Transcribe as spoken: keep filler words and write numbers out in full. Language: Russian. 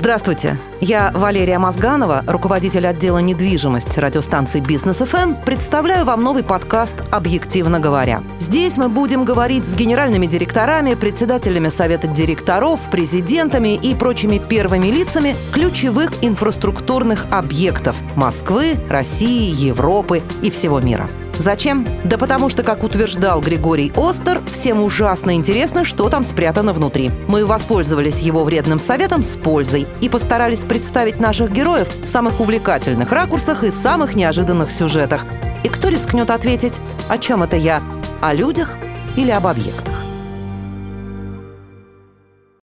Здравствуйте, я Валерия Мозганова, руководитель отдела недвижимость радиостанции «Бизнес эф эм», представляю вам новый подкаст «Объективно говоря». Здесь мы будем говорить с генеральными директорами, председателями совета директоров, президентами и прочими первыми лицами ключевых инфраструктурных объектов Москвы, России, Европы и всего мира. Зачем? Да потому что, как утверждал Григорий Остер, всем ужасно интересно, что там спрятано внутри. Мы воспользовались его вредным советом с пользой и постарались представить наших героев в самых увлекательных ракурсах и самых неожиданных сюжетах. И кто рискнет ответить, о чем это я? О людях или об объектах?